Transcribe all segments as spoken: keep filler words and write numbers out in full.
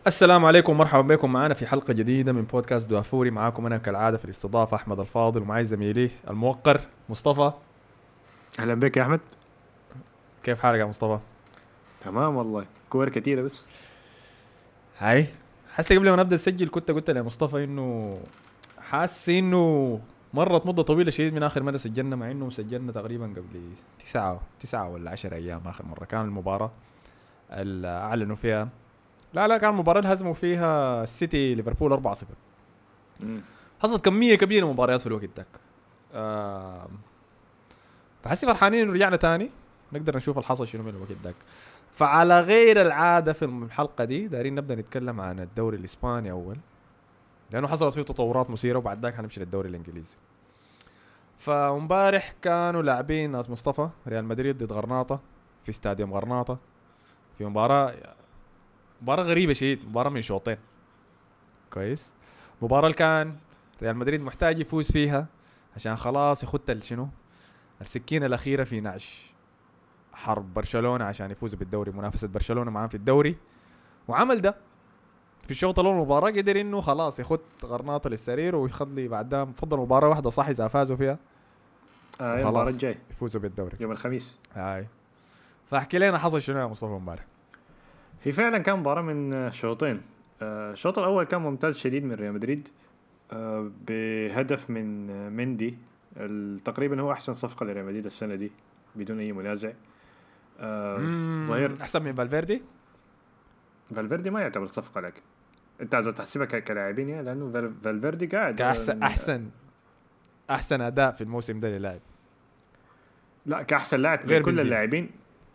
السلام عليكم ومرحبا بكم معنا في حلقة جديدة من بودكاست دافوري. معاكم أنا كالعادة في الاستضافة أحمد الفاضل ومعي زميلي الموقر مصطفى. اهلا بك يا احمد. كيف حالك يا مصطفى؟ تمام والله، كور كتيرة بس. هاي حاسس قبل ما نبدأ نسجل كنت قلت لمصطفى إنه حاسس إنه مرت مدة طويلة شديد من آخر مرة سجلنا، مع إنه سجلنا تقريبا قبل تسعة تسعة ولا عشر أيام. آخر مرة كان المباراة اللي أعلنوا فيها، لا لا كان مباراة هزموا فيها السيتي ليفربول أربعة صفر. حصلت كمية كبيرة من مباريات في الوقت داك. آه فحسي فرحانين انه رجعنا تاني نقدر نشوف الحصل شنو من الوقت داك. فعلى غير العادة في الحلقة دي دارين نبدأ نتكلم عن الدوري الإسباني أول، لأنه حصلت فيه تطورات مثيرة، وبعد ذاك حنمشي للدوري الإنجليزي. فمبارح كانوا لاعبين ناس مصطفى ريال مدريد ضد غرناطة في استاديوم غرناطة في مباراة مباراة غريبة شديد، مباراة من شوطين. كويس، مباراة اللي كان ريال مدريد محتاج يفوز فيها عشان خلاص يخط شنو السكينة الأخيرة في نعش حرب برشلونة عشان يفوزوا بالدوري، منافسة برشلونة معاهم في الدوري. وعمل ده في الشوط الأول المباراة، قدر إنه خلاص يخط غرناطة للسرير ويخلي بعدها فضل مباراة واحدة صح إذا فازوا فيها آه المباراة الجاي يفوزوا بالدوري يوم الخميس. هاي. فاحكي لنا حصل شنو يا مصطفى امبارح. هي فعلا كان مباراة من شوطين. آه الشوط الأول كان ممتاز شديد من ريال مدريد، آه بهدف من مندي. تقريبا هو أحسن صفقة لريال مدريد السنة دي بدون أي منازع. آه ظهير أحسن من فالفيردي. فالفيردي ما يعتبر صفقة، لكن أنت عايز تحسبها كلاعبين يعني، لأنه فالفيردي قاعد كأحسن أحسن أحسن أداء في الموسم ده للاعب. لا، كأحسن لاعب من كل اللاعبين.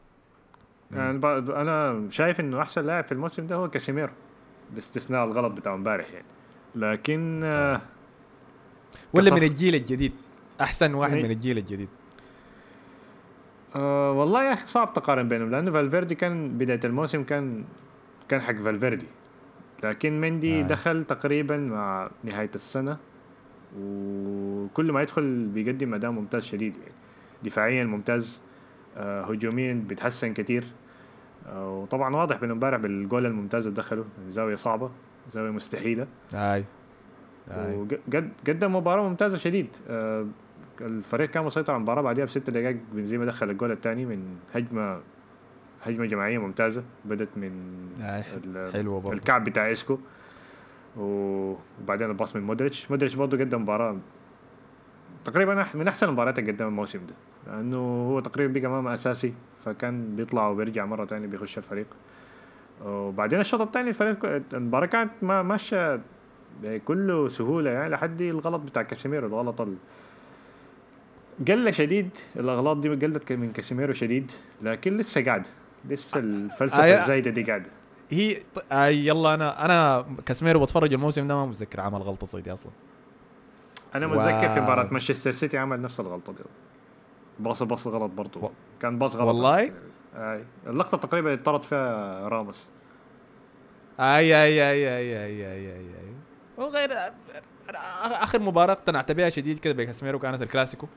يعني انا شايف انه احسن لاعب في الموسم ده هو كاسيميرو، باستثناء الغلط بتاع امبارح يعني. لكن آه ولا من الجيل الجديد احسن واحد من الجيل الجديد. آه والله يا اخي صعب تقارن بينهم، لانه فالفيردي كان بدايه الموسم كان كان حق فالفيردي، لكن مندي آه. دخل تقريبا مع نهايه السنه، وكل ما يدخل بيقدم اداء ممتاز شديد يعني. دفاعيا ممتاز، آه هجوميا بيتحسن كتير. وطبعا واضح من امبارح بالجول الممتاز اللي دخله من زاويه صعبه، زاويه مستحيله. هاي وقد قدم مباراه ممتازه شديد. آه الفريق كان مسيطر على المباراه بعدها بست دقائق، بنزيما دخل الجول الثاني من هجمه هجمه جماعيه ممتازه بدت من الكعب بتاع اسكو، وبعدين الباص من مودريتش. مودريتش برضه قدم مباراه تقريبا من احسن المباريات اللي قدمها الموسم ده، لانه هو تقريبا بقى امام اساسي، فكان بيطلع وبيرجع مره ثانيه بيخش الفريق. وبعدين الشوط الثاني الفريق المباراه كانت ما ماشيه بكل سهوله يعني، لحد الغلط بتاع كاسيميرو. الغلط ال... قل شديد، الاغلاط دي قلت من كاسيميرو شديد، لكن لسه قاعد، لسه الفلسفه آه الزايده دي قاعده. هي آه يلا انا انا كاسيميرو بتفرج الموسم ده ما متذكر عمل غلطه زي دي اصلا. انا متذكر و... في مباراه مانشستر سيتي عمل نفس الغلطه دي، باص باص غلط برضو و... كان باص غلط والله. اي اللقطه تقريبا طرد فيها راموس. اي اي اي اي اي اي اي, أي. وغير اخر مباراه اقتنعت بها شديد كده بكاسيميرو كانت الكلاسيكو.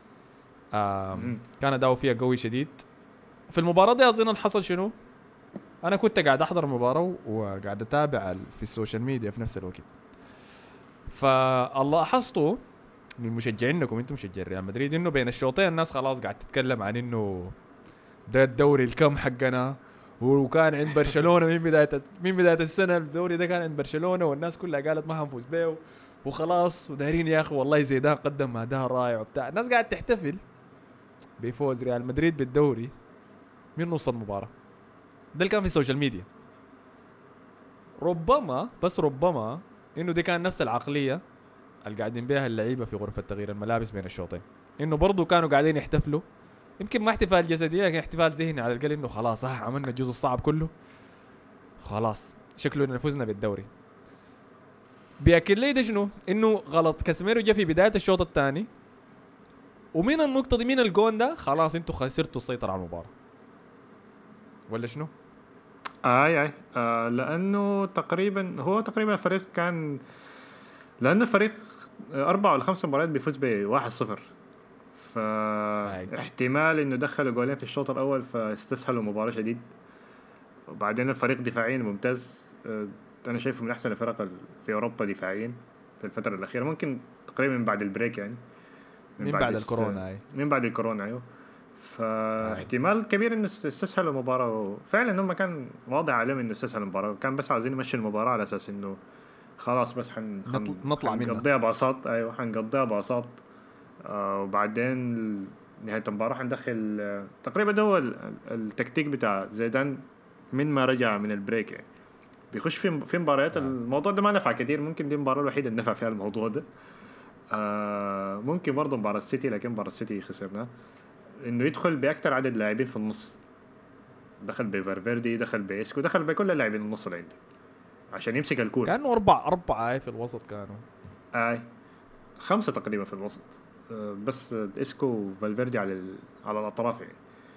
كان اداؤه فيها قوي شديد. في المباراه دي اظن حصل شنو، انا كنت قاعد احضر المباراه وقاعد اتابع في السوشيال ميديا في نفس الوقت. فالله لاحظته من مشجعينكم انتم مشجعين ريال مدريد انه بين الشوطين الناس خلاص قاعد تتكلم عن انه ده الدوري الكم حقنا، وكان عند برشلونه من بدايه من بدايه السنه الدوري ده كان عند برشلونه، والناس كلها قالت ما حنفوز به وخلاص، ودايرين يا اخي والله زيدان قدم اداء رائع وبتاع. الناس قاعد تحتفل بفوز ريال مدريد بالدوري من نص المباراه. ده اللي كان في السوشيال ميديا. ربما بس ربما انه دي كان نفس العقليه اللي قاعدين بيها اللعيبه في غرفه تغيير الملابس بين الشوطين، انه برضو كانوا قاعدين يحتفلوا، يمكن ما احتفال جسدي لكن احتفال ذهني على الاقل، انه خلاص اه عملنا الجزء الصعب كله، خلاص شكله اننا فزنا بالدوري. بياكد لي ده شنو، انه غلط كاسيميرو جا في بدايه الشوط الثاني، ومن النقطه دي من الجون ده خلاص انتوا خسرتوا السيطره على المباراه ولا شنو؟ اي اي آه لانه تقريبا هو تقريبا الفريق كان، لانه الفريق اربع ولا خمس مباريات بيفوز بواحد صفر، فاحتمال انه دخلوا جولين في الشوط الاول فاستسهلوا المباراه شديد. وبعدين الفريق دفاعيا ممتاز، آه، انا شايفه من احسن الفرق ال- في اوروبا دفاعيا في الفتره الاخيره، ممكن تقريبا من بعد البريك يعني، من بعد الس- الكورونا هاي. من بعد الكورونا ايوه. هاي. فاحتمال كبير انه است- استسهلوا المباراه، فعلا هم كان واضح عليهم انه استسهلوا المباراه، كان بس عاوزين يمشي المباراه على اساس انه خلاص بس حن نطل- حن نطلع منها. حنقضيها باصات، ايوه حنقضيها باصات. آه وبعدين ال- نهايه المباراه حندخل آه تقريبا ده هو ال- ال- التكتيك بتاع زيدان من ما رجع من البريك يعني. بيخش في في مباريات آه. الموضوع ده ما نفع كتير، ممكن دي المباراه الوحيده اللي نفع فيها الموضوع ده. آه ممكن برضه مباراه السيتي، لكن مباراه السيتي خسرناه. انه يدخل باكثر عدد لاعبين في النص، دخل بفالفيردي، دخل بإسكو، دخل بكل اللاعبين النص اللي عنده عشان يمسك الكورة. كانوا أربع أربعة هاي في الوسط كانوا. آي خمسة تقريبا في الوسط، آه بس إسكو وفالفيردي على ال... على الأطراف يعني.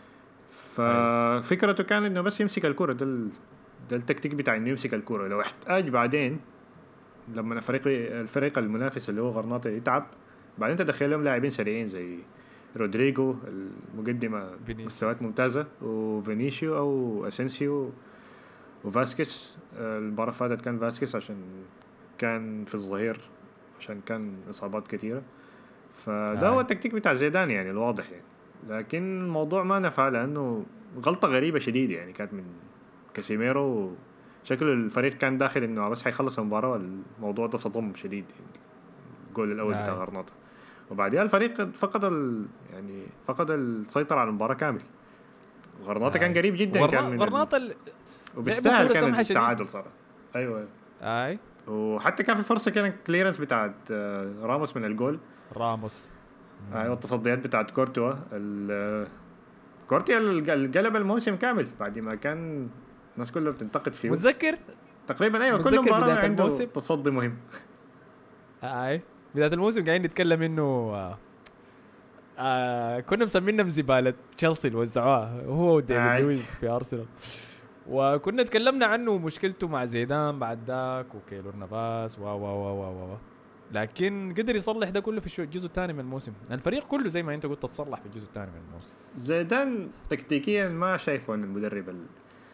ففكرته كان إنه بس يمسك الكورة، ده ال... ده التكتيك بتاع إنه يمسك الكورة، لو احتاج بعدين لما الفريق الفريق المنافس اللي هو غرناطة يتعب بعدين تدخل لهم لاعبين سريعين زي رودريجو المقدمة فينيسيوس. مستويات ممتازة، وفينيسيو أو أسينسيو وفاسكيس. المباراة فاتت كان فاسكيس عشان كان في الظهير عشان كان إصابات كثيرة. فده هو التكتيك بتاع زيدان يعني الواضح يعني. لكن الموضوع ما نفع لأنه غلطة غريبة شديد يعني كانت من كاسيميرو. شكل الفريق كان داخل إنه بس حيخلص المباراة، الموضوع ده صدم شديد يعني الجول الأول بتاع غرناطة. وبعدها الفريق فقد ال... يعني فقد السيطرة على المباراة كامل. غرناطة كان قريب جدا غرنا... كان من غرناطة ال... وبيستاهل كان التعادل صراحة. ايوه اي وحتى كان في فرصة كان كليرنس بتاعت راموس من الجول. راموس ايوه التصديات بتاعت كورتوا ال... كورتوا القلب الموسم كامل بعد ما كان الناس كلها بتنتقد فيه. متذكر تقريبا ايوه كل مباراة عنده الموسم. تصدي مهم. اي بداية الموسم قاعدين نتكلم انه آه آه كنا مسمينا بزبالة تشيلسي اللي وزعوها هو وديفيد لويس في ارسنال، وكنا تكلمنا عنه مشكلته مع زيدان بعد ذاك وكيلور نافاس و و و و لكن قدر يصلح ده كله في الجزء الثاني من الموسم. الفريق كله زي ما انت قلت تصلح في الجزء الثاني من الموسم. زيدان تكتيكيا ما شايفه ان المدرب ال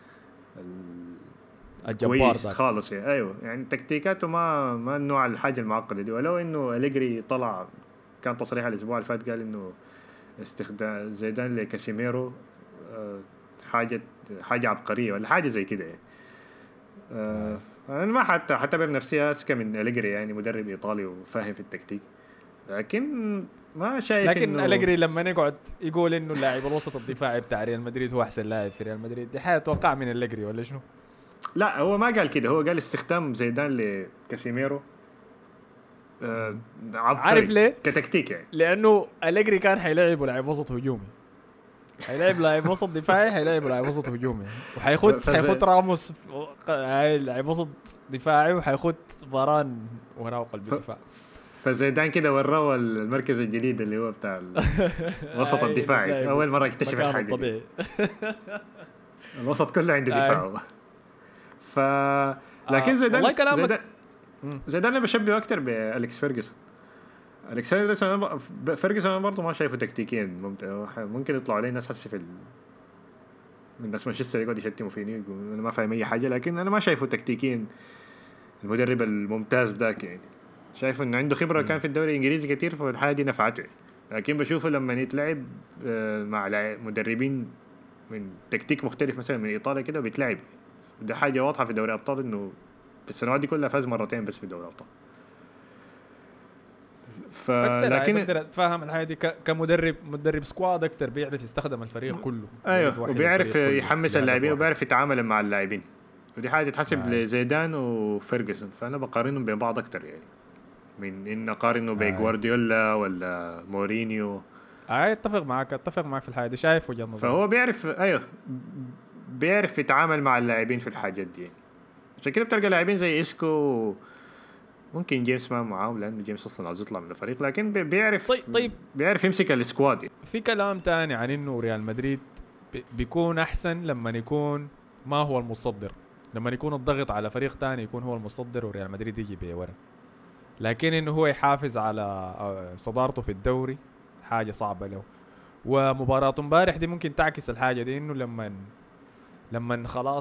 الجبار خالص يعني. ايوه يعني تكتيكاته ما ما النوع الحاجه المعقده دي، ولو انه أليجري طلع كان تصريح الاسبوع اللي فات قال انه استخدام زيدان لكاسيميرو حاجه حاجه عبقريه ولا حاجه زي كده يعني. أه انا ما حتى حتعتبر نفسي اذكى من أليجري يعني مدرب ايطالي وفاهم في التكتيك، لكن ما شايف لكن إنه أليجري لما يقعد يقول انه اللاعب الوسط الدفاعي بتاع ريال مدريد هو احسن لاعب في ريال مدريد، دي حاجه توقع من أليجري ولا شنو؟ لا هو ما قال كده، هو قال استخدام زيدان لكاسيميرو أه عارف ليه؟ كتكتيك يعني لانه أليجري كان حيلعب لاعب وسط هجومي، حيلعب لاعب وسط دفاعي، حيلعب لاعب وسط هجومي، وحيخد فزي... حيخد راموس هاي لاعب وسط دفاعي، وحيخد فاران وراه قلب ف... الدفاع. فزيدان كده وراه المركز الجديد اللي هو بتاع الوسط الدفاعي، اول مره اكتشف الحاجه دي. الوسط كله عنده دفاع. ف لكن زيدان والله كلامك زيدان, زيدان انا بشبهه اكثر باليكس فيرجسون. اليكس فيرجسون فيرجسون انا برضه ما شايفه تكتيكيا ممتع، ممكن يطلعوا عليه ناس هسه في ال... من ناس مانشستر يقعدوا يشتموا فيني يقولوا انا ما فاهم اي حاجه، لكن انا ما شايفه تكتيكيا المدرب الممتاز ذاك يعني. شايف انه عنده خبره م. كان في الدوري الانجليزي كتير، فالحاجه دي نفعته، لكن بشوفه لما يتلعب مع مدربين من تكتيك مختلف مثلا من ايطاليا كده بيتلعب. ده حاجه واضحه في دوري ابطال انه في السنوات دي كلها فاز مرتين بس في دوري ابطال. فلكن بقدر اتفهم الحاجه دي كمدرب مدرب سكواد اكتر، بيعرف يستخدم الفريق كله. ايوه وبيعرف يحمس اللاعبين وبيعرف يتعامل مع اللاعبين، ودي حاجه تحسب آه. لزيدان وفيرجسون. فانا بقارنهم بين بعض اكتر يعني من ان اقارنه آه. بجوارديولا ولا مورينيو. اي اتفق معك اتفق معك في الحاجه دي، شايف وجهه نظر. فهو بيعرف ايوه بيعرف يتعامل مع اللاعبين في الحاجات دي، عشان كده بتلقى لاعبين زي اسكو ممكن جيمس ما معاه لانه جيمس اصلا عايز يطلع من الفريق، لكن بيعرف طيب طيب بيعرف يمسك السكواد. في كلام تاني عن انه ريال مدريد بيكون احسن لما يكون ما هو المصدر، لما يكون الضغط على فريق تاني يكون هو المصدر وريال مدريد يجي بورا، لكن انه هو يحافظ على صدارته في الدوري حاجه صعبه له. ومباراه امبارح دي ممكن تعكس الحاجه دي، انه لما لما خلاص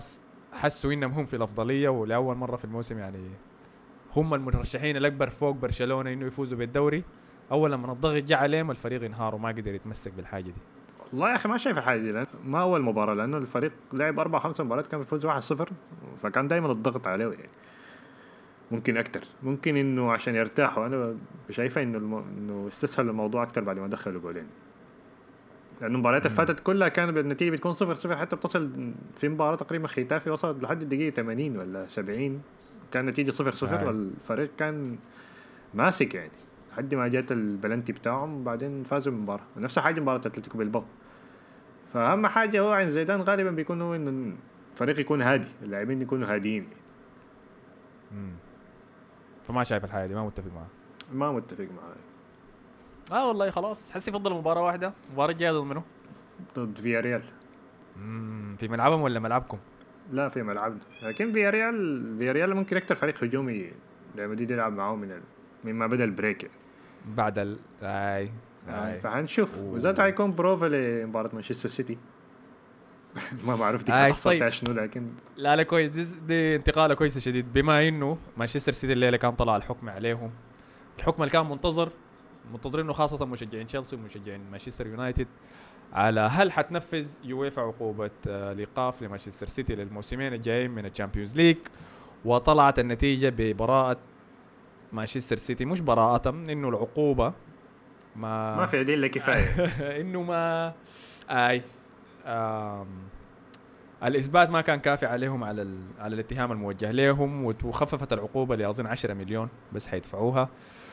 حسوا انهم هم في الافضليه ولاول مره في الموسم يعني هم المرشحين الاكبر فوق برشلونه انه يفوزوا بالدوري. اول لما الضغط جاء عليهم الفريق انهار وما قدر يتمسك بالحاجه دي. والله يا اخي ما شايف حاجه دي، لأن ما اول مباراه، لانه الفريق لعب اربع خمس مباريات كان بيفوز واحد صفر، فكان دائما الضغط عليه يعني. ممكن اكتر، ممكن انه عشان يرتاحوا. انا شايفه انه الم... انه استسهل الموضوع اكتر بعد ما دخلوا جولين، لانه المباريات اللي فاتت كلها كان بالنتيجه بتكون صفر صفر، حتى بتصل في مباراه تقريبا ختافي وصلت لحد الدقيقه ثمانين ولا سبعين كان نتيجه صفر صفر، والفريق كان ماسك يعني لحد ما جات البلنتي بتاعهم بعدين فازوا بالمباراه. نفس حاجه مباراه اتلتيكو بالباو. فاهم حاجه هو عن زيدان غالبا بيكون هو انه الفريق يكون هادي، اللاعبين يكونوا هاديين يعني. امم فما شايف الحاجه دي، ما متفق معها. ما متفق معاه. اه والله خلاص حسي يفضل مباراه واحده. مباراه جايه ضد منو؟ ضد فياريال. امم في ملعبهم ولا ملعبكم؟ لا في ملعبنا، لكن فياريال فياريال ممكن اكثر فريق هجومي لما دي يلعب معاه من ال... مما بدا البريك يعني. بعد ال اي آه فهنشوف، وذات هيكون بروفا لمباراه مانشستر سيتي. ما بعرف دي هتحصل فيها شنو، لكن لا لا كويس. دي, دي انتقاله كويسه شديد، بما انه مانشستر سيتي الليله كان طلع الحكم عليهم، الحكم اللي كان منتظر منتظرينه خاصه مشجعين تشيلسي ومشجعين مانشستر يونايتد، على هل حتنفذ يويفا عقوبه الايقاف لمانشستر سيتي للموسمين الجايين من الشامبيونز ليج. وطلعت النتيجه ببراءه مانشستر سيتي، مش براءه انه العقوبه ما ما في ادله كفايه. انه ما اي آم الإثبات ما كان كافي عليهم على ال... على الاتهام الموجه لهم، وخففت العقوبة لأظن عشرة مليون بس حيدفعوها.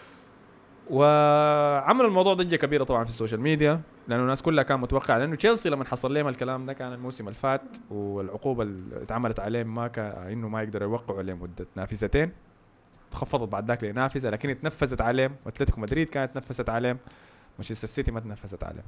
وعملوا الموضوع ضجة كبيرة طبعا في السوشيال ميديا، لأنه الناس كلها كان متوقع، لأنه تشيلسي لما حصل لهم الكلام ده كان الموسم الفات، والعقوبة اللي اتعملت عليهم ما كان إنه ما يقدروا يوقعوا لمدة نافذتين، تخفضت بعد ذاك لنافذة، لكن اتنفذت عليهم. واتلتيكو مدريد كانت تنفذت عليهم، مانشستر سيتي ما تنفذت عليهم.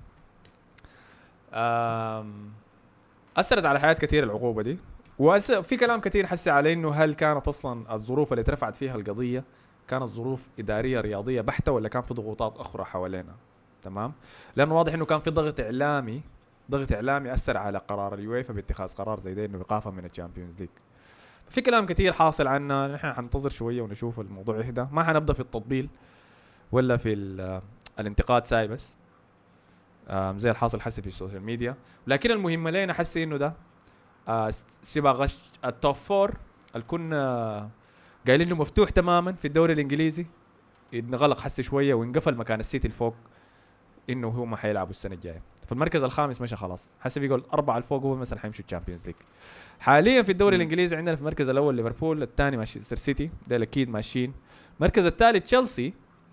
أم أثرت على حياة كثير العقوبة دي، وفي كلام كثير حسي على إنه هل كانت أصلاً الظروف اللي اترفعت فيها القضية كانت ظروف إدارية رياضية بحتة، ولا كان في ضغوطات أخرى حوالينا. تمام، لأنه واضح إنه كان في ضغط إعلامي ضغط إعلامي أثر على قرار اليويفا باتخاذ قرار زي ده إنه إيقافها من الشامبيونز ليج. في كلام كثير حاصل عنه، نحن حننتظر شوية ونشوف الموضوع يهدى، ما حنبدأ في التطبيل ولا في الانتقاد ساي بس زي الحاصل حسي في السوشيال ميديا. لكن المهم لينا حسي إنه ده آه سباق التوب فور الكون آه قايلين انه مفتوح تماما في الدوري الانجليزي، انغلق حسي شويه وانقفل مكان السيتي الفوق انه هو ما حيلعبوا السنه الجايه. في المركز الخامس مشى خلاص، حسي بيقول اربعه الفوق هو مثلا حيمشوا الشامبيونز ليج. حاليا في الدوري الانجليزي عندنا في المركز الاول ليفربول، الثاني مانشستر سيتي، ده اكيد ماشيين. المركز الثالث تشيلسي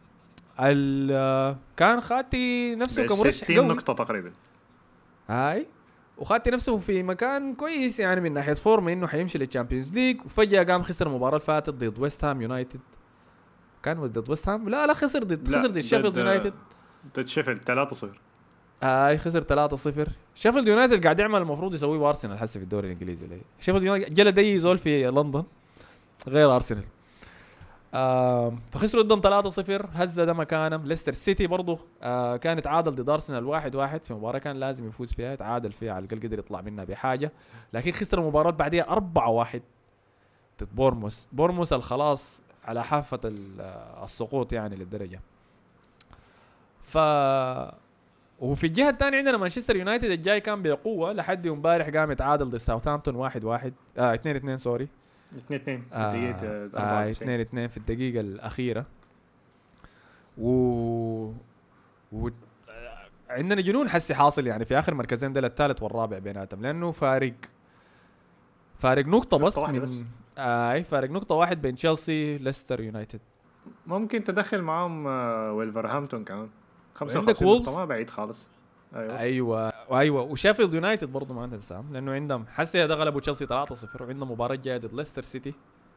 كان خاتي نفسه كمرشح قوي، ستين نقطه تقريبا هاي، وخاتي نفسه في مكان كويس يعني من ناحيه فورمه انه حيمشي للشامبيونز ليج، وفجاه قام خسر المباراه اللي فاتت ضد ويست هام يونايتد. كان ضد ويست هام لا لا خسر ضد خسر ضد شيفيلد يونايتد، ضد شيفيلد ثلاثة صفر. هاي خسر ثلاثة صفر. شيفيلد يونايتد قاعد يعمل المفروض يسويه ارسنال حسي في الدوري الانجليزي ليه. شيفيلد يونايتد جلد اي زول في لندن غير ارسنال. آه فخسروا قدام ثلاثة صفر، هزة ده مكانهم. ليستر سيتي برضو آه كان يتعادل ضد ارسنال واحد واحد في مباراة كان لازم يفوز فيها، يتعادل فيها على الأقل قدر يطلع منها بحاجة، لكن خسر المباراة بعدها أربعة واحد ضد بورموس. بورموس الخلاص على حافة السقوط يعني للدرجة. ف وفي الجهة الثانية عندنا مانشستر يونايتد الجاي كان بقوة لحد يوم امبارح قام يتعادل ضد ساوثهامبتون واحد واحد آه اثنين اثنين سوري اثنين اثنين في آه الدقيقة أربعة وتسعين. اثنين اثنين في الدقيقة الأخيرة. و, و... عندنا جنون حسي حاصل يعني في آخر مركزين دول، الثالث والرابع بيناتهم، لأنه فارق فارق نقطة بس من بس. آه فارق نقطة واحد بين تشيلسي ليستر يونايتد. ممكن تدخل معهم آه ويلفرهامبتون كمان خمسة وخمسين نقطة، ما بعيد خالص. ايوه ايوه وايوه وشيفيلد يونايتد برضه ما تنساهم، لانه عندهم حسي هذا غلبوا تشيلسي ثلاثة صفر، وعندهم مباراه جايه ضد ليستر سيتي.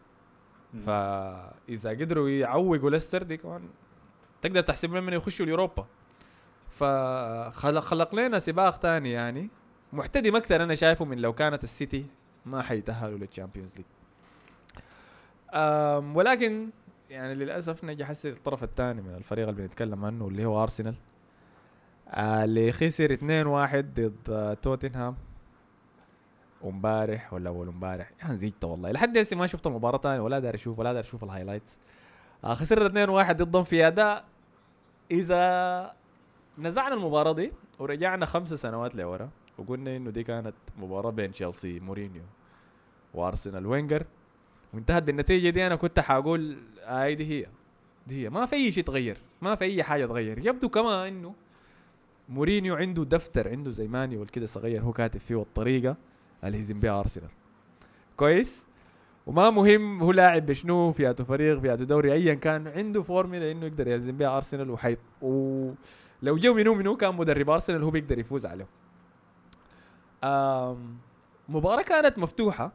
فاذا قدروا يعوقوا ليستر دي كمان تقدر تحسب لهم من يخشوا اليوروبا. فخلق خلق لنا سباق ثاني يعني محتدم اكثر انا شايفه من لو كانت السيتي ما حيتاهلوا للتشامبيونز ليج. ولكن يعني للاسف نجي حسي الطرف الثاني من الفريق اللي بنتكلم عنه اللي هو ارسنال، اللي خسر اثنين واحد ضد توتنهام. ومبارح ولا اول امبارح يعني زيجت والله لحد هسه ما شفت المباراه ثاني ولا داري اشوف ولا داري اشوف الهايلايتس. آه خسرنا اثنين واحد ضدهم في اداء. اذا نزعنا المباراه دي ورجعنا خمس سنوات لورا وقلنا انه دي كانت مباراه بين تشيلسي مورينيو وارسنال وينجر وانتهت بالنتيجه دي، انا كنت حاقول هاي دي هي دي هي ما في اي شيء تغير، ما في اي حاجه تغير. يبدو كمان انه مورينيو عنده دفتر، عنده زي مانيوال كده صغير هو كاتب فيه الطريقه اللي هيزم بها ارسنال كويس، وما مهم هو لاعب بشنو فياتو فريق فياتو دوري ايا كان، عنده فورمولا انه يقدر يهزم بها ارسنال وحيط. ولو جو منو منو كان مدرب ارسنال هو بيقدر يفوز عليه. آم مباراة كانت مفتوحة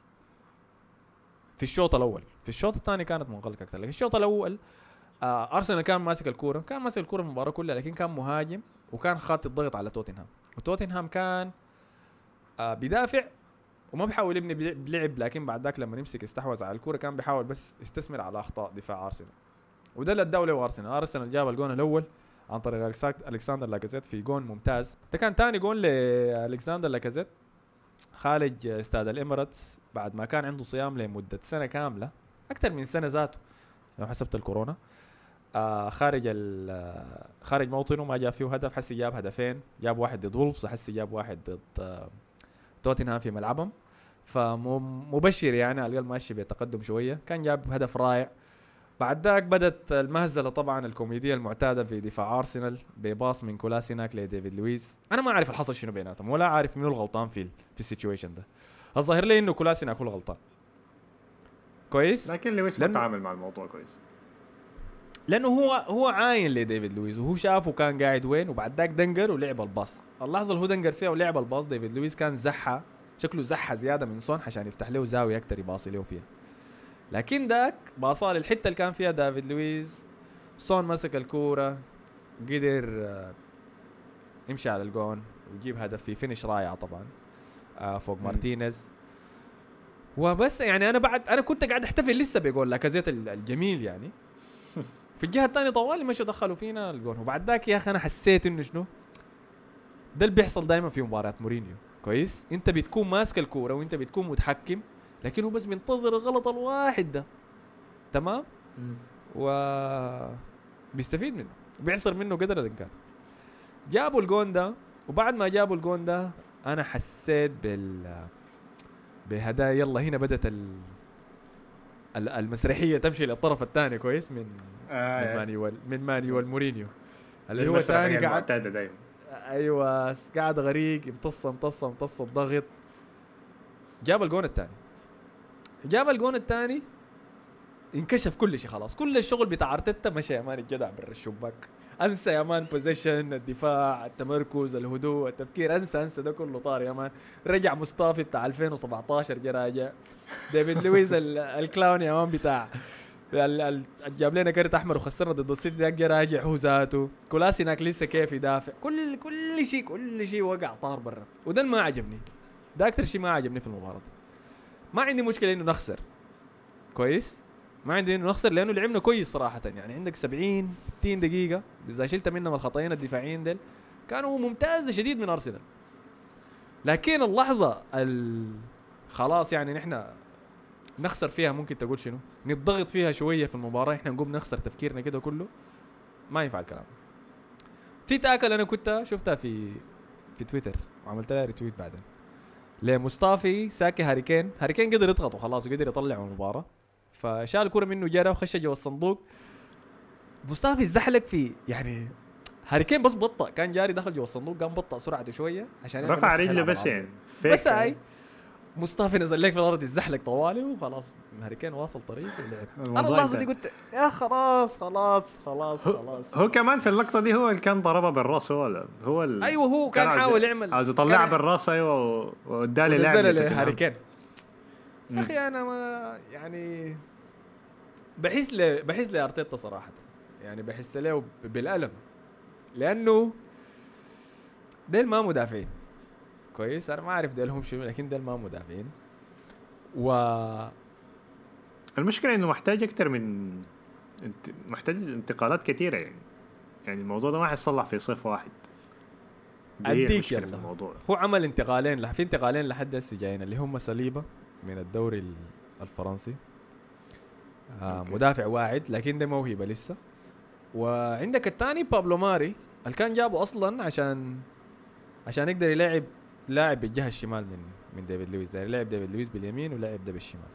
في الشوط الاول، في الشوط الثاني كانت منغلقة اكثر. لكن الشوط الاول آه ارسنال كان ماسك الكورة، كان ماسك الكورة المباراة كلها، لكن كان مهاجم وكان خاطي الضغط على توتنهام، وتوتنهام كان آه بيدافع وما بيحاول يبني بلعب، لكن بعد ذاك لما يمسك يستحوذ على الكوره كان بيحاول بس يستثمر على اخطاء دفاع ارسنال، وده اللي اداه له ارسنال. ارسنال جاب الجون الاول عن طريق الكسندر لاكازيت في جون ممتاز، ده كان ثاني جون لالكسندر لاكازيت خارج استاد الاميراتس بعد ما كان عنده صيام لمده سنه كامله، اكثر من سنه ذاته لو حسبت الكورونا. آه خارج خارج موطنه ما جاب فيه هدف، حسي جاب هدفين، جاب واحد ضد وولفز، حسي جاب واحد ضد آه توتنهام في ملعبهم، فمبشر يعني على الاقل ماشي بيتقدم شويه. كان جاب هدف رائع. بعد ذاك بدت المهزله طبعا الكوميديه المعتاده في دفاع ارسنال بباص من كولاسيناك لديفيد لويس. انا ما اعرف الحصل شنو بيناتهم ولا عارف منو الغلطان في في السيتويشن ده. الظاهر لي انه كولاسيناك هو الغلطان كويس، لكن لويس ما تعامل مع الموضوع كويس لانه هو هو عاين لديفيد لويس وهو شافه كان قاعد وين، وبعد ذاك دنجر ولعب الباص. اللحظه اللي هو دنجر فيها ولعب الباص ديفيد لويس كان زحه، شكله زحه زياده من صون عشان يفتح له زاويه اكثر يباصي له فيها، لكن ذاك باصال الحته اللي كان فيها ديفيد لويس، صون مسك الكوره قدر يمشي على الجون ويجيب هدف في فينش رائع طبعا فوق مارتينيز. وبس يعني انا بعد انا كنت قاعد احتفل لسه بيقول لاكازيت الجميل يعني في الجهه الثانيه طوالي مشوا دخلوا فينا الجون. وبعد ذاك يا اخي انا حسيت انه شنو ده اللي بيحصل دائما في مباريات مورينيو كويس، انت بتكون ماسك الكوره وانت بتكون متحكم، لكن هو بس منتظر الغلط الواحد ده تمام و بيستفيد منه بيعصر منه قدر الامكان. جابوا الجون ده، وبعد ما جابوا الجون ده انا حسيت بال بهدايا يلا هنا بدت ال... المسرحيه تمشي للطرف الثاني كويس من آه من مانيوال من مانيوال مورينيو اللي هو ثاني قاعد معتاده دايما. ايوه قاعد غريق امتص امتص امتص الضغط. جاب الجون الثاني جاب الجون الثاني انكشف كل شيء خلاص، كل الشغل بتاع ارتيتا مشى يا مان الجدع برا الشباك. انسى يا مان بوزيشن، الدفاع، التمركز، الهدوء، التفكير، انسى انسى ده كله طار يا مان. رجع مصطفى بتاع ألفين وسبعطاشر جا راجع ديفيد لويس الكلاون يا مان بتاع جاب لنا كرت احمر وخسرنا ضد السيتي ده جا راجع هو ذاته. كولاسيناك لسه كيف يدافع، كل كل شيء كل شيء وقع طار برا، وده ما عجبني، ده اكثر شيء ما عجبني في المباراه. ما عندي مشكله انه نخسر كويس، ما عندي انه نخسر لانه لعبنا كويس صراحه يعني. عندك سبعين ستين دقيقه اذا شلت منهم الخطأين الدفاعيين ديل كانوا ممتازه شديد من ارسنال. لكن اللحظه ال... خلاص يعني نحن نخسر فيها، ممكن تقول شنو نضغط فيها شويه في المباراه، احنا نقوم نخسر تفكيرنا كده كله، ما ينفع الكلام. في تاكل انا كنت شفتها في في تويتر وعملت لها ريتويت بعدين لمصطفي ساكي هاريكين. هاريكين قدر يضغط وخلاص وقدر يطلع من المباراه، فشال الكرة منه جرى وخش جوا الصندوق. مصطفى الزحلق في يعني هاريكين بس بطأ، كان جاري دخل جوا الصندوق قام بطأ سرعته شويه عشان رفع رجله بس يعني بس هاي مصطفى نزل لك في الارض يزحلق طوالي وخلاص هاريكين واصل طريق ولعب. انا اللحظه دي قلت يا خلاص خلاص خلاص خلاص. هو كمان في اللقطه دي هو اللي كان ضربها بالراس، هو هو ال... ايوه هو كان, كان حاول يعمل عاوز يطلعها بالراس ايوه وادالي لاعب هاريكين. يا اخي انا ما يعني بحس له بحس له ارتيتا صراحه يعني بحس له بالالم، لانه ديل ما مدافعين كويس. انا ما اعرف ديلهم شنو لكن ديل ما مدافعين. و المشكله انه محتاج اكتر من محتاج انتقالات كثيره يعني يعني الموضوع ده ما حيصلح في صيف واحد. دي هي اديك المشكله في يلا. الموضوع. هو عمل انتقالين لح في انتقالين لحد هسه جايين اللي هم صليبه من الدوري ال- الفرنسي، آه أوكي. مدافع واعد لكن ده موهبه لسه. وعندك الثاني بابلو ماري اللي كان جابه اصلا عشان عشان يقدر يلعب لاعب بالجهه الشمال من من ديفيد لويس، ده يلعب ديفيد لويس باليمين ولعب ده بالشمال.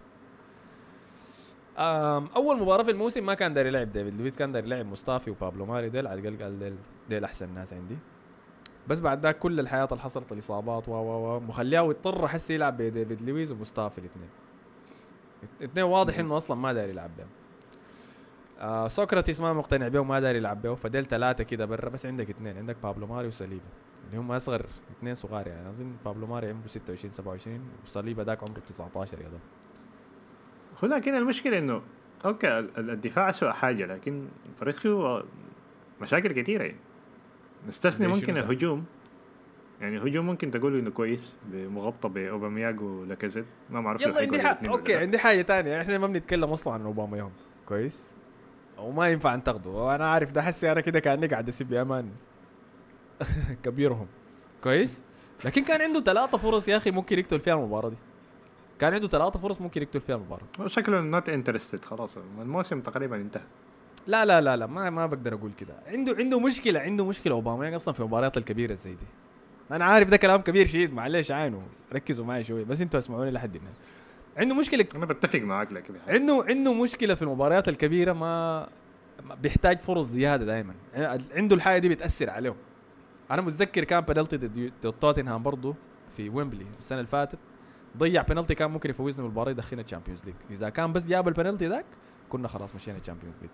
آم، اول مباراه في الموسم ما كان داري يلعب ديفيد لويس، كان داري يلعب مصطفى وبابلو ماري، ديل على الاقل قال ديل, ديل احسن ناس عندي. بس بعد ذاك كل الحياه اللي حصلت الاصابات و و و مخليه يضطر حس يلعب بديفيد لويس ومصطفى الاثنين. الاثنين واضح انه اصلا ما داري يلعب بهم. آه سقراطيس ما مقتنع بيه وما داري يلعب بيه، فديل ثلاثه كده برا. بس عندك اثنين، عندك بابلو ماري وصليبه اللي هم اصغر اثنين صغار يعني. اظن بابلو ماري عمره ستة وعشرين سبعة وعشرين وصليبه ذاك عمره تسعة عشر يا دوب. هو لكن المشكله انه اوكي ال- ال- الدفاع اسوء حاجه، لكن الفريق فيه مشاكل كثيره يعني. نستثني زي ممكن شنو ده؟ الهجوم، يعني الهجوم ممكن تقول انه كويس بمغطى باوبامياغ ولاكازيت، ما معروف يلا عندي حاجة. اوكي عندي عندي حاجه تانية، احنا ما بنتكلم اصلا عن اوباما يوم كويس وما ينفع ننتقده، وانا عارف ده حسي انا كده كاني قاعد اسيب امان كبيرهم كويس. لكن كان عنده ثلاثه فرص يا اخي ممكن يقتل فيها المباراه دي، كان عنده ثلاثه فرص ممكن يقتل فيها المباراه. شكله نوت انترستد خلاص، الموسم تقريبا انتهى. لا لا لا لا ما ما بقدر اقول كده. عنده عنده مشكله عنده مشكله اوباما يعني اصلا في المباريات الكبيره زي دي. انا عارف ده كلام كبير شديد، معلش عينه ركزوا معي شويه بس انتوا اسمعوني لحد هنا. عنده مشكله، انا بتفق معاك لكن عنده عنده مشكله في المباريات الكبيره، ما ما- بيحتاج فرص زياده دائما، عنده الحاجه دي بتاثر عليه. انا متذكر كان بنالتي ضد ضد توتنهام برضه في ويمبلي السنه اللي فاتت، ضيع بنالتي كان ممكن يفوزنا بالمباراه يدخلنا الشامبيونز ليج. اذا كان بس جاب البنالتي ذاك كنا خلاص مشينا الشامبيونز ليج.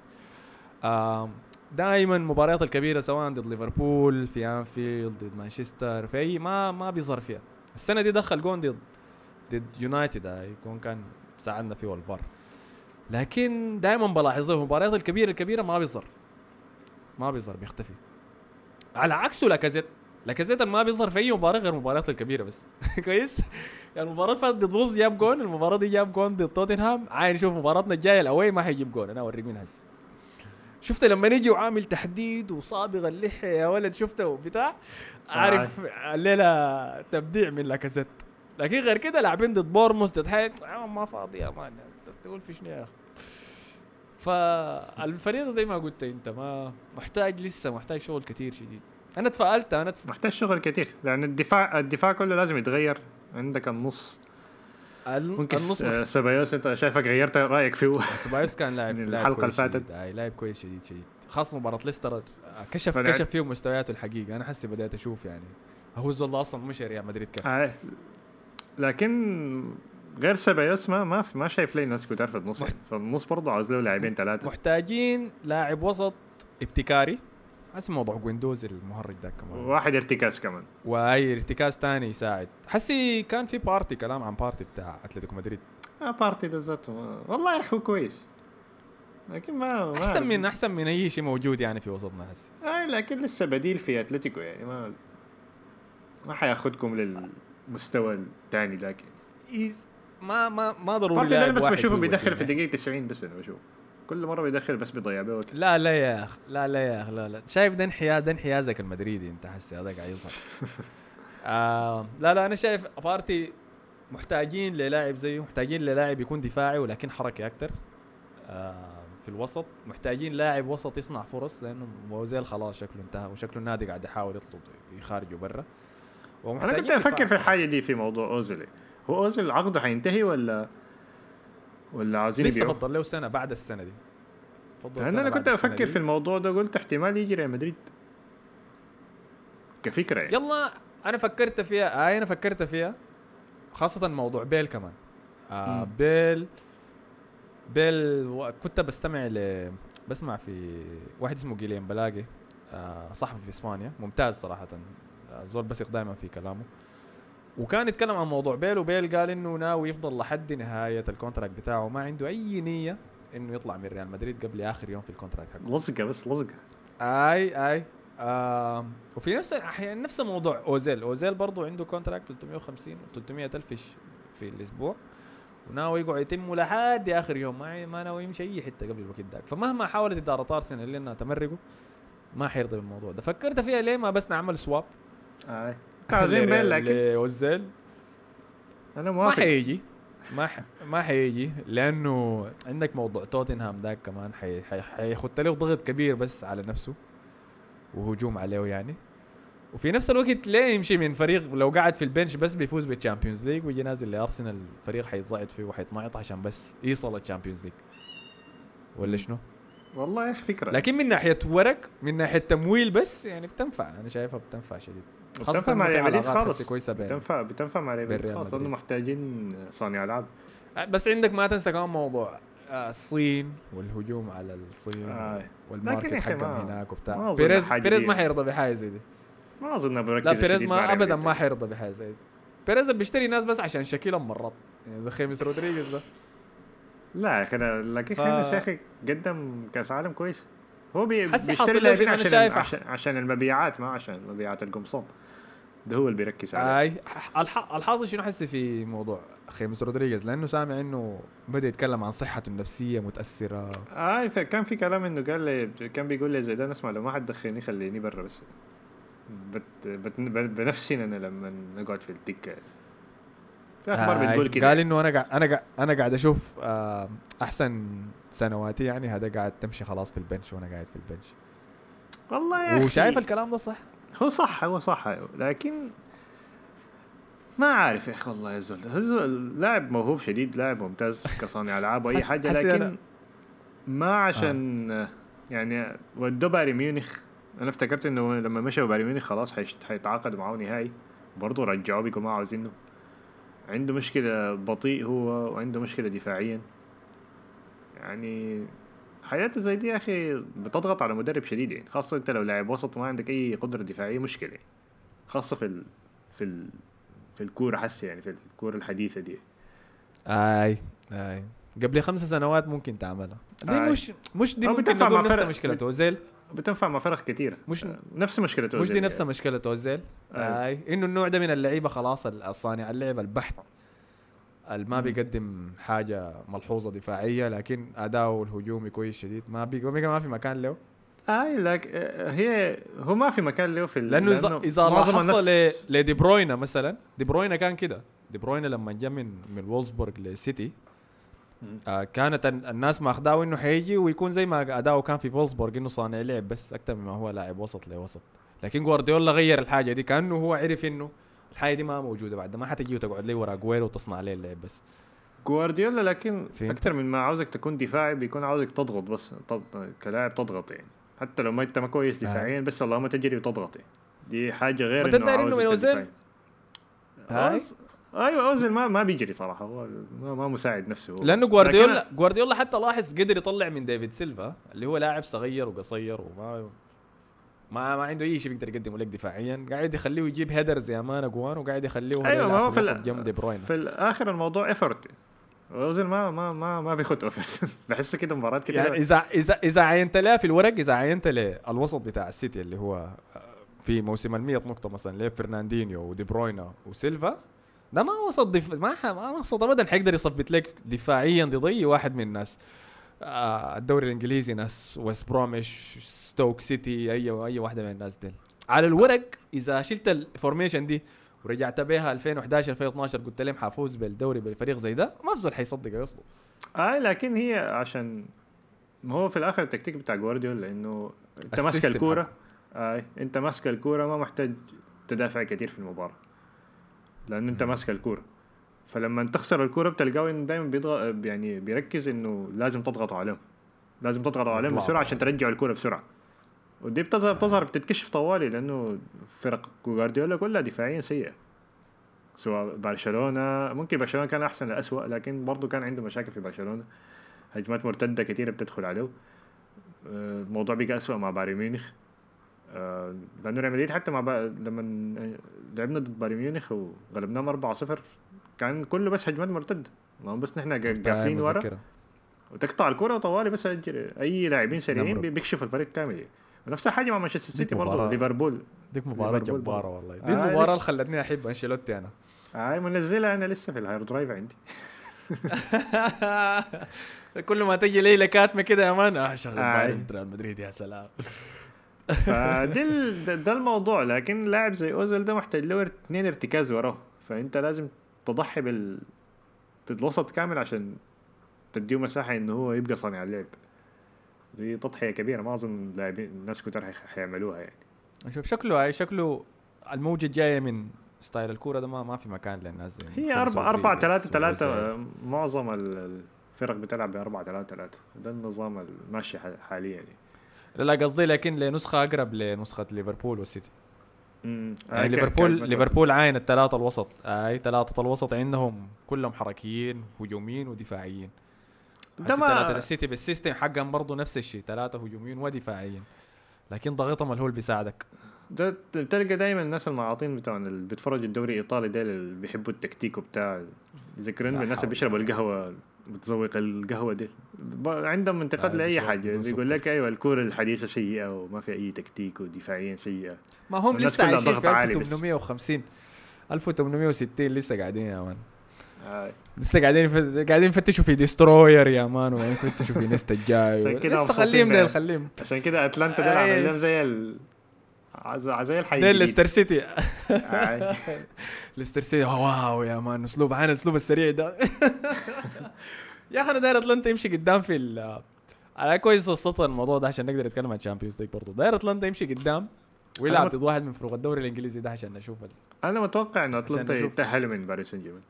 دائما المباريات الكبيره سواء ضد ليفربول في انفيلد ضد مانشستر في اي ما ما بيظهر فيها. السنه دي دخل جون ضد ضد يونايتد، هاي يكون كان ساعدنا فيه والفار. لكن دائما بلاحظه المباريات الكبيره الكبيره ما بيظهر ما بيظهر بيختفي. على عكسه لاكازيت لاكازيت ما بيظهر في اي مباراه غير المباريات الكبيره بس كويس. يعني المباراه اللي فاتت ضد وولفز جاب جون، المباراه دي جاب جون ضد توتنهام. عاين شوف مباراتنا الجايه الاوي ما حيجيب جون، انا اوريك من هسه. شفت لما نيجي وعامل تحديد وصابغ اللحيه يا ولد شفته وبتاع، عارف الليله تبديع من لاكازيت. لكن غير كده لاعبين ضد بورموس ضد حاجه ما فاضي يا مان، انت بتقول في شنو يا اخي. فالفريق زي ما قلت انت ما محتاج، لسه محتاج شغل كتير شديد. انا تفائلت انا تف... محتاج شغل كتير، لان الدفاع الدفاع كله لازم يتغير. عندك النص ممكن النص س- سبايوس انت شايفك غيرت رايك فيه. سبايوس كان لاعب من لاعب الحلقة كويس اللي فاتت. شديد. اي لاعب كويس شديد شديد، خاصه مباراه ليستر كشف فلعب- كشف فيه مستوياته الحقيقه. انا حسي بديت اشوف يعني هو الزول ده اصلا مش ريال مدريد كيف. آه. لكن غير سبايوس ما ما ما شايف لي ناس كتار في النص. محت- فالنص برضه عاوز له لاعبين ثلاثه. محتاجين لاعب وسط ابتكاري، حسي موضوع جويندوز المهرج ده كمان، واحد ارتكاز كمان. واي ارتكاز تاني يساعد. حسي كان في بارتي كلام عن بارتي بتاع اتلتيكو مدريد، آه بارتي ده ذاته والله هو كويس، لكن ما, ما احسن من احسن من اي شيء موجود يعني في وسطنا هسه. آه لكن لسه بديل في اتلتيكو يعني ما ما حياخدكم للمستوى الثاني. لكن إيز ما ما ما ضروري بارتي ده انا لاعب بس واحد بشوفه هو بيدخل اللي في الدقيقه تسعين بس. انا بشوف كل مره بيدخل بس بيضيع بيه وقت. لا لا يا اخ لا لا يا اخ لا لا شايف ده انحياز ده انحيازك المدريدي انت حسي هذا قاعد يظهر. آه لا لا انا شايف بارتي محتاجين للاعب زيه، محتاجين للاعب يكون دفاعي ولكن حركي اكتر. آه في الوسط محتاجين لاعب وسط يصنع فرص، لانه موزيل خلاص شكله انتهى وشكله النادي قاعد يحاول يطلب يخارجه برا. انا كنت افكر في الحاجه دي في موضوع اوزيل. هو اوزيل عقده حينتهي ولا ولا عاوزين لسه يبيعوه؟ فضل له سنه بعد السنه دي. فضل لان سنة انا بعد كنت السنة افكر دي. في الموضوع ده، قلت احتمال يجي ريال مدريد كفكره يعني. يلا انا فكرت فيها آه انا فكرت فيها خاصه موضوع بيل كمان. آه مم. بيل بيل و... كنت بستمع ل بسمع في واحد اسمه جيليان بلاقي، آه صحفي في اسبانيا ممتاز صراحه، آه زول بثق دائما في كلامه. وكان يتكلم عن موضوع بيل، وبيل قال انه ناوي يفضل لحد نهايه الكونتراكت بتاعه، ما عنده اي نيه انه يطلع من ريال مدريد قبل اخر يوم في الكونتراكت حقه. لزقه بس لزقه. اي اي آه وفي نفس الاحيان نفس الموضوع اوزيل اوزيل برضو عنده كونتراكت ثلاثمية وخمسين ثلاثمية الف في في الاسبوع، وناوي يقعد يتم لحد اخر يوم، ما ما ناوي يمشي اي حته قبل الوقت ذاك. فمهما حاولت اداره ارسنال اللي انها تمرقه ما حيرضى بالموضوع ده. فكرت فيها ليه ما بس نعمل سواب، آه. تعزين بيل لكن لأوزيل انا ما موافق. حيجي ما ح... ما حيجي لانه عندك موضوع توتنهام داك كمان حي... حي... حيخط له ضغط كبير بس على نفسه وهجوم عليه يعني. وفي نفس الوقت ليه يمشي من فريق لو قاعد في البنش بس بيفوز بالتشامبيونز ليج ويجي نازل لارسنال الفريق حيتضاعف فيه وحيتمعط عشان بس يوصل التشامبيونز ليج ولا شنو؟ والله يا اخي فكره لكن من ناحيه ورق من ناحيه تمويل بس يعني بتنفع انا شايفها بتنفع شديد بتنفع مع إنه في ريال مدريد علاقات خالص هسه كويسه بين بتنفع بتنفع مع ريال بين مدريد ريال خالص مدريد. انه محتاجين صانع العاب. بس عندك ما تنسى كمان موضوع آه، الصين والهجوم على الصين آه. لكن والماركت يا أخي حقهم ما- هناك ما وبتاع أظن بيريز حاجة بيريز دي ما يعني. حيرضى بحاجه زي دي. ما اظن بركز لا بيريز شديد مع ما ريال ابدا مدريد. ما حيرضى بحاجه زي دي. بيريز بيشتري ناس بس عشان شكلهم مرات يعني زي خيمس رودريغيز ده. لا يا اخي أنا- لكن ف- خيمس يا اخي قدم كاس عالم كويس. هو بي حسي بيشتري حاصل له لاعبين شيء أنا عشان شايف عشان عشان المبيعات ما عشان مبيعات القمصان. ده هو اللي بيركز عليه. اي الح- الحاصل شنو حسي في موضوع خيمس رودريغيز لانه سامع انه بدا يتكلم عن صحته النفسيه متاثره. آه كان في كلام انه قال لي كان بيقول لي زيدان اسمع لو ما حد دخلني خليني برا بس بت بت بنفسي انا لما نقعد في الدكه. في اخبار آي، بتقول كده. قال انه انا قاعد انا قاعد انا قاعد اشوف آه، احسن سنواتي يعني هذا قاعد تمشي خلاص في البنش وانا قاعد في البنش. والله يا اخي وشايف الكلام ده صح؟ هو صح هو صح لكن ما عارف يا اخي والله يا زول هو لاعب موهوب شديد لاعب ممتاز كصانع العاب واي حس- حاجه حسي لكن أنا- ما عشان آه. يعني ودوا بايرن ميونخ. انا افتكرت انه لما مشوا بايرن ميونخ خلاص حيش- حيتعاقدوا معه نهائي برضه رجعوه بيكون ما عاوزينه. عنده مشكله بطيء هو وعنده مشكله دفاعيا يعني حياته زي دي يا اخي بتضغط على مدرب شديد يعني خاصه انت لو لاعب وسط ما عندك اي قدره دفاعيه مشكله يعني. خاصه في ال في ال في الكوره حسي يعني في الكوره الحديثه دي. اي اي قبل خمس سنوات ممكن تعملها دي آي. مش مش دي أو ممكن بتنفع نقول مع نفس فرق- مشكلة اوزيل بتنفع مع فرق كثيره مش آه، نفس مشكله مش أوزيل دي نفس يعني. مشكلة اوزيل. آي. اي انه النوع ده من اللعيبة خلاص الصانع اللعب البحت اللي ما مم. بيقدم حاجة ملحوظة دفاعية لكن أداؤه الهجومي كويس شديد ما بيقوم ما في مكان له. اي لك آه، هي هو ما في مكان له في ال- لأنه إذا إذا معظم لاحظت الناس- ل لدي بروينا مثلا دي بروينا كان كده دي بروينا لما جاء من من وولفسبورغ لسيتي مم. آه كانت ال- الناس ماخداه انه حيجي ويكون زي ما اداؤه كان في وولفسبورغ انه صانع لعب بس اكثر مما هو لاعب وسط لوسط. لكن جوارديولا غير الحاجه دي كانه هو عرف انه الحاجه دي ما موجوده بعد ما حتجي وتقعد لي ورا جويرو وتصنع عليه اللعب بس. جوارديولا لكن فهمت؟ اكثر من ما عاوزك تكون دفاعي بيكون عاوزك تضغط بس تض- كلاعب تضغط يعني حتى لو ما انت ما كويس دفاعيا بس اللهم تجري وتضغط يعني. دي حاجه غير وانت داير إنه عاوزك من أوزيل؟ تدفعي. هاي. أوز- ايوه اوزيل ما ما بيجري صراحه هو ما, ما مساعد نفسه هو. لانه لكن- جوارديولا جوارديولا حتى لاحظ قدر يطلع من ديفيد سيلفا اللي هو لاعب صغير وقصير وما ما ما عنده اي شيء بيقدر يقدمه لك دفاعيا قاعد يخليه يجيب هيدرز يا مان اجوان وقاعد يخليه ايوه ما هو في الوسط ال- جنب دي بروين. في الاخر الموضوع ايفورت. اوزيل ما ما ما ما بيخد اوفرز بحسه كده مباراه كده يعني اذا اذا اذا عينت له في الورق اذا عينت له الوسط بتاع السيتي اللي هو في موسم المية نقطة مثلا ليه فرناندينيو ودي بروينا وسيلفا ده ما وسط دف... ما ح... ما وسط ابدا حيقدر يثبت لك دفاعيا ضي واحد من الناس آه الدوري الانجليزي ناس ويست بروميش ستوك سيتي اي اي واحده من الناس دي على الورق. اذا شلت الفورميشن دي ورجعت بها ألفين وإحداشر ألفين واثناشر قلت لهم حافوز بالدوري بالفريق زي ده ما بزول حيصدق اصله. اي لكن هي عشان ما هو في الاخر التكتيك بتاع جوارديولا انه انت ماسك السيستم الكوره. اي انت ماسك الكوره ما محتاج تدافع كتير في المباراه لانه انت ماسك الكوره. فلما تخسر الكوره بتلقاه انه دائما بيضغط يعني بيركز انه لازم تضغطوا عليهم لازم تضغطوا عليهم يطلعوا. بسرعه عشان ترجعوا الكوره بسرعه. ودي بتظهر بتظهر بتتكشف طوالي لانه فرق جوارديولا كلها دفاعيا سيئه سواء برشلونه. ممكن برشلونه كان احسن لأسوأ لكن برضو كان عنده مشاكل في برشلونه هجمات مرتده كثيره بتدخل عليه. آه، الموضوع بقى أسوأ مع بايرن ميونخ آه، لانه ريال مدريد حتى مع با... لما لعبنا ضد بايرن ميونخ وغلبناهم أربعة صفر كان كله بس هجمات مرتده ما هم بس نحن قافلين ورا مذكرة. وتقطع الكره طوالي بس أجري. اي لاعبين سريعين نمرق. بي- بيكشفوا الفريق كامل. ونفس الحاجه مع مانشستر سيتي مباراة. برضه ليفربول. ديك مباراة ليفربول جبارة برضه. والله دي آه، المباراة لسه. اللي خلتني احب انشيلوتي انا. هاي منزلها انا لسه في الهاير درايف عندي. كل ما تجي ليلة كاتمة كده يا مان اه شغل آه. بايرن ريال مدريد يا سلام. فده ال- ده, ده الموضوع. لكن لاعب زي اوزيل ده محتاج له اثنين ارتكاز وراه، فانت لازم تضحي بال بالوسط كامل عشان تديه مساحه انه هو يبقى صانع اللعب. دي تضحيه كبيره ما اظن لاعبين الناس كتير حي- حيعملوها يعني. شوف شكله هاي شكله الموجة جاية من ستايل الكورة ده، ما ما في مكان للناس زي هي خمسة أربعة أربعة رودريغيز ثلاثة ثلاثة. وأوزيل. معظم ال- الفرق بتلعب بأربعة ثلاثة ثلاثة، ده النظام الماشي ح- حاليا يعني. لا لا قصدي لكن لنسخة أقرب لنسخة ليفربول والسيتي. امم يعني ليفربول ليفربول عاين الثلاثة الوسط، اي ثلاثة الوسط عندهم كلهم حركيين هجوميين ودفاعيين. ده ثلاثة ما السيتي بالسيستم حقهم برضه نفس الشيء، ثلاثة هجوميين ودفاعيين، لكن ضغطهم اللي هو اللي بيساعدك. ده بتلقى دايما الناس المعاطين بتوع اللي بيتفرجوا الدوري الإيطالي ده اللي بيحبوا التكتيك وبتاع، يذكرون لا بالناس اللي حول بيشربوا ولا القهوة متذوق القهوة دي. ب- عندهم انتقاد لا، لأي بيشرب حاجة، بدون بيقول سكر. لك أيوة الكورة الحديثة سيئة وما في أي تكتيك ودفاعيا سيئة. ما هم الناس لسه كلها عايشين ضغط في عالي بس. ألف وثمانمائة وخمسين ألف وثمانمائة وستين لسه قاعدين يا مان. آه. لسه قاعدين في... قاعدين يفتشوا في ديستروير يا مان، وقاعدين يفتشوا في نيستا الجاي. عشان كده لسه مبسوطين خليهم بيه. ديل خليهم عشان كده أتلانتا ده أي. عمل لهم زي ال عز- زي الحي ديل الجديد. ليستر سيتي. آه. ليستر سيتي واو يا مان، اسلوب عن الاسلوب السريع ده. يا اخي انا داير اتلانتا يمشي قدام في ال على كويس وسط الموضوع ده عشان نقدر نتكلم عن الشامبيونز ليج برضه. داير اتلانتا يمشي قدام ويلعب أنا مت- ضد واحد من فروق الدوري الانجليزي ده عشان نشوف ال... انا متوقع انه اتلانتا نشوف. يتأهلوا من باريس سان جيرمان.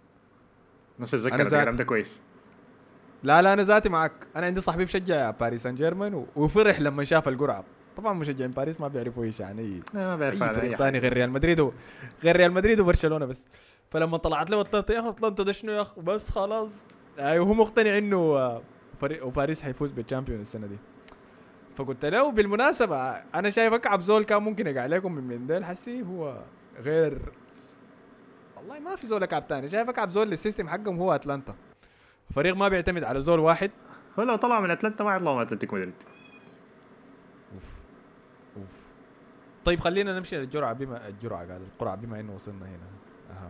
ناس اتذكر أنا ذات- الكلام ده كويس. لا لا انا ذاتي معك. انا عندي صاحبي بشجع باريس سان جيرمان و... وفرح لما شاف القرعه. طبعا مشجعين باريس ما بيعرفوا ايش يعني اي أنا ما بعرف اي عن فريق اي ثاني حاجه. غير ريال مدريد و... غير ريال مدريد وبرشلونه بس. فلما طلعت له اتلانتا، يا اخي اتلانتا ده شنو يا اخي، بس خلاص. ايوه هو مقتنع انه آه، فريق وباريس حيفوز بالشامبيون السنه دي. فقلت له بالمناسبه انا شايف اكعب زول كان ممكن يقع عليكم من منديل حسي هو غير، والله ما في زول اكعب ثاني. شايف اكعب زول للسيستم حقهم هو اتلانتا، فريق ما بيعتمد على زول واحد. هو لو طلعوا من اتلانتا ما يطلعوا من اتلتيكو مدريد. اوف اوف. طيب خلينا نمشي للجرعه، بما الجرعه قال القرعه بما انه وصلنا هنا. اها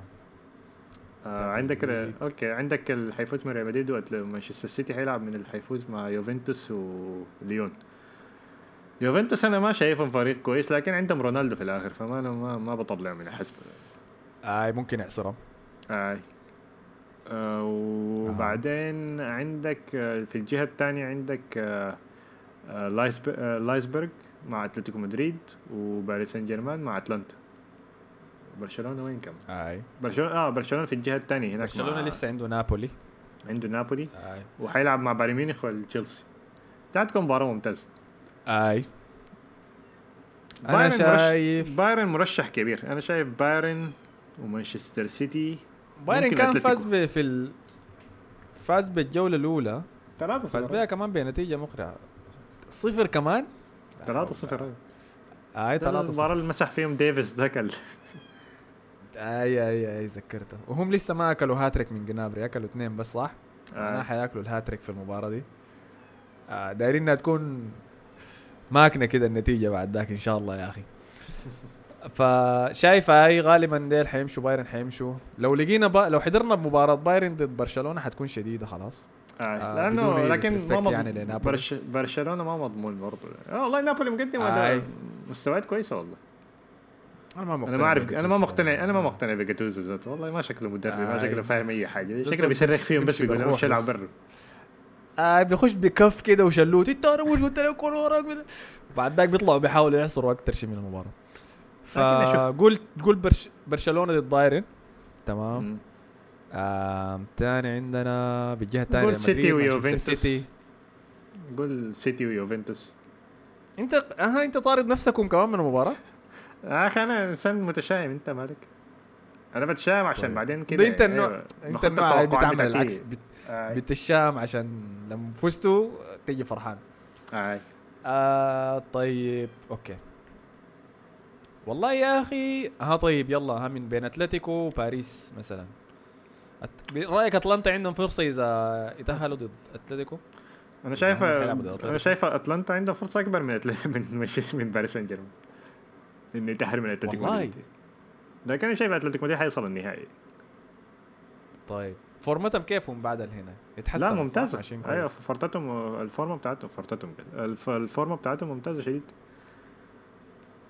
آه عندك ال- اوكي عندك اللي حيفوز من ريال مدريد ومانشستر سيتي حيلعب من اللي حيفوز مع يوفنتوس وليون. يوفنتوس انا ما شايفهم فريق كويس، لكن عندهم رونالدو في الاخر فما أنا ما ما بطلع من الحسبه. اي ممكن يعصرهم. آه. آه وبعدين آه. عندك آه في الجهه الثانيه عندك آه آه لايسب- آه لايسبرغ مع اتلتيكو مدريد، وباريس سان جيرمان مع اتلانتا. برشلونه وين كم؟ اي برشلونه اه برشلونه في الجهه الثانيه هناك. برشلونه مع... لسه عنده نابولي. عنده نابولي اي وحيلعب مع بايرن ميونخ والتشيلسي. تعتكم مباراه ممتاز. اي انا بايرن شايف مرش... بايرن مرشح كبير. انا شايف بايرن ومانشستر سيتي. بايرن ممكن كان أتلتيكو. فاز ب- في ال... فاز بالجوله الاولى، ثلاثة فاز صفر بها كمان بنتيجه مقنعه. صفر كمان. ثلاثة صفر اي ثلاثة المباراة صفر. اللي مسح فيهم ديفيس ذاك ال... اي اي اي ذكرته. وهم لسه ما اكلوا هاتريك من جنابري، اكلوا اثنين بس صح؟ انا آه. حياكلوا الهاتريك في المباراه دي. آه دايرينها تكون ماكنه كده النتيجه بعد ذاك ان شاء الله يا اخي. فشايف هاي غالبا ديل حيمشوا، بايرن حيمشوا. لو لقينا با... لو حضرنا بمباراه بايرن ضد برشلونه حتكون شديده خلاص. آه. آه، لانه بدون لكن disrespect ما مض... يعني لنابولي. برش... برشلونة ما مضمون برضه. آه والله نابولي مقدم آه. آه. مستويات كويسة والله. انا ما انا ما اعرف انا ما بجاتوزو. مقتنع انا ما مقتنع بجاتوزو ذاته والله. ما شكله مدرب آه. ما شكله فاهم اي حاجه. بس شكله بيصرخ فيهم بس بيمشي بيقول لهم بالروح شلعوا بس. برا. آه بيخش بكف كده وشلوت، انت انا مش قلت لك كون وراك كده. بعد ذاك بيطلعوا بيحاولوا يعصروا اكثر شيء من المباراه. لكن أشوف- فقول قول برش... برشلونه ضد بايرن تمام. مم. آه تاني عندنا بالجهه الثانيه قول سيتي مدريد، ويوفنتوس. مانشستر سيتي. قول سيتي ويوفنتوس. انت اه انت طارد نفسكم كمان من المباراه. يا اخي انا انسان متشائم. انت مالك؟ انا بتشائم عشان طيب. بعدين كده ده انت النوع أيوة. انت بحط النوع التوقعات بتعمل بتاعتي. العكس، بت... آه. بتشام عشان لما فزتوا تيجي فرحان. آه. آه طيب اوكي والله يا اخي. ها طيب يلا ها من بين اتلتيكو وباريس مثلا. أت... رايك اتلانتا عندهم فرصه اذا يتاهلوا ضد اتلتيكو؟ انا شايف هم حيلعبوا ضد انا أتلتيكو. شايف اتلانتا عنده فرصه اكبر من أتل- من مانشستر من باريس سان جيرمان انه يتاهل من اتلتيكو والله. مدريد. لكن انا شايف اتلتيكو مدريد حيوصل النهائي. طيب فورمتهم كيفهم بعد الهنا يتحسن؟ لا ممتازه. عشان ايوه كويس. فرتتهم الفورمه بتاعتهم فرتتهم الف- الفورمه بتاعتهم ممتازه شديد.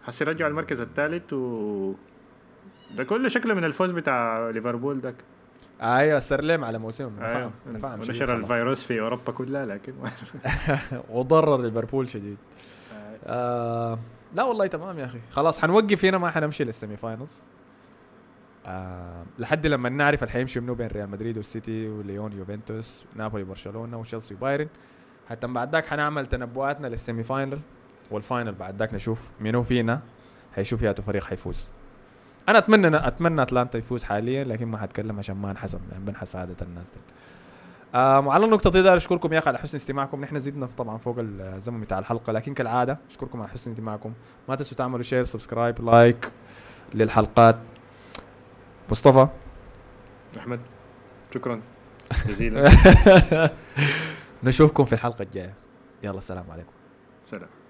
حسي رجعوا المركز الثالث و ده كله شكله من الفوز بتاع ليفربول داك. ايوه سرلم على موسم أيوة. نفعهم ونشر الفيروس في اوروبا كلها لكن وضرر ليفربول شديد. آه لا والله تمام يا اخي خلاص حنوقف هنا ما حنمشي للسيمي فاينلز آه لحد لما نعرف الحيمشي منو بين ريال مدريد والسيتي وليون يوفنتوس نابولي برشلونه وتشيلسي وبايرن. حتى بعد ذاك حنعمل تنبؤاتنا للسيمي فاينل والفاينل بعد ذاك نشوف منو فينا حيشوف يا فريق حيفوز. انا اتمنى اتمنى اتلانتا يفوز حاليا لكن ما حتكلم عشان ما انحسم يعني بنحس عاده الناس دي. آه وعلى النقطه دي داير اشكركم يا اخي على حسن استماعكم. نحن زدنا طبعا فوق الزمن بتاع الحلقه لكن كالعاده اشكركم على حسن استماعكم. ما تنسوا تعملوا شير سبسكرايب لايك للحلقات. مصطفى احمد شكرا جزيلا. نشوفكم في الحلقه الجايه. يلا السلام عليكم. سلام.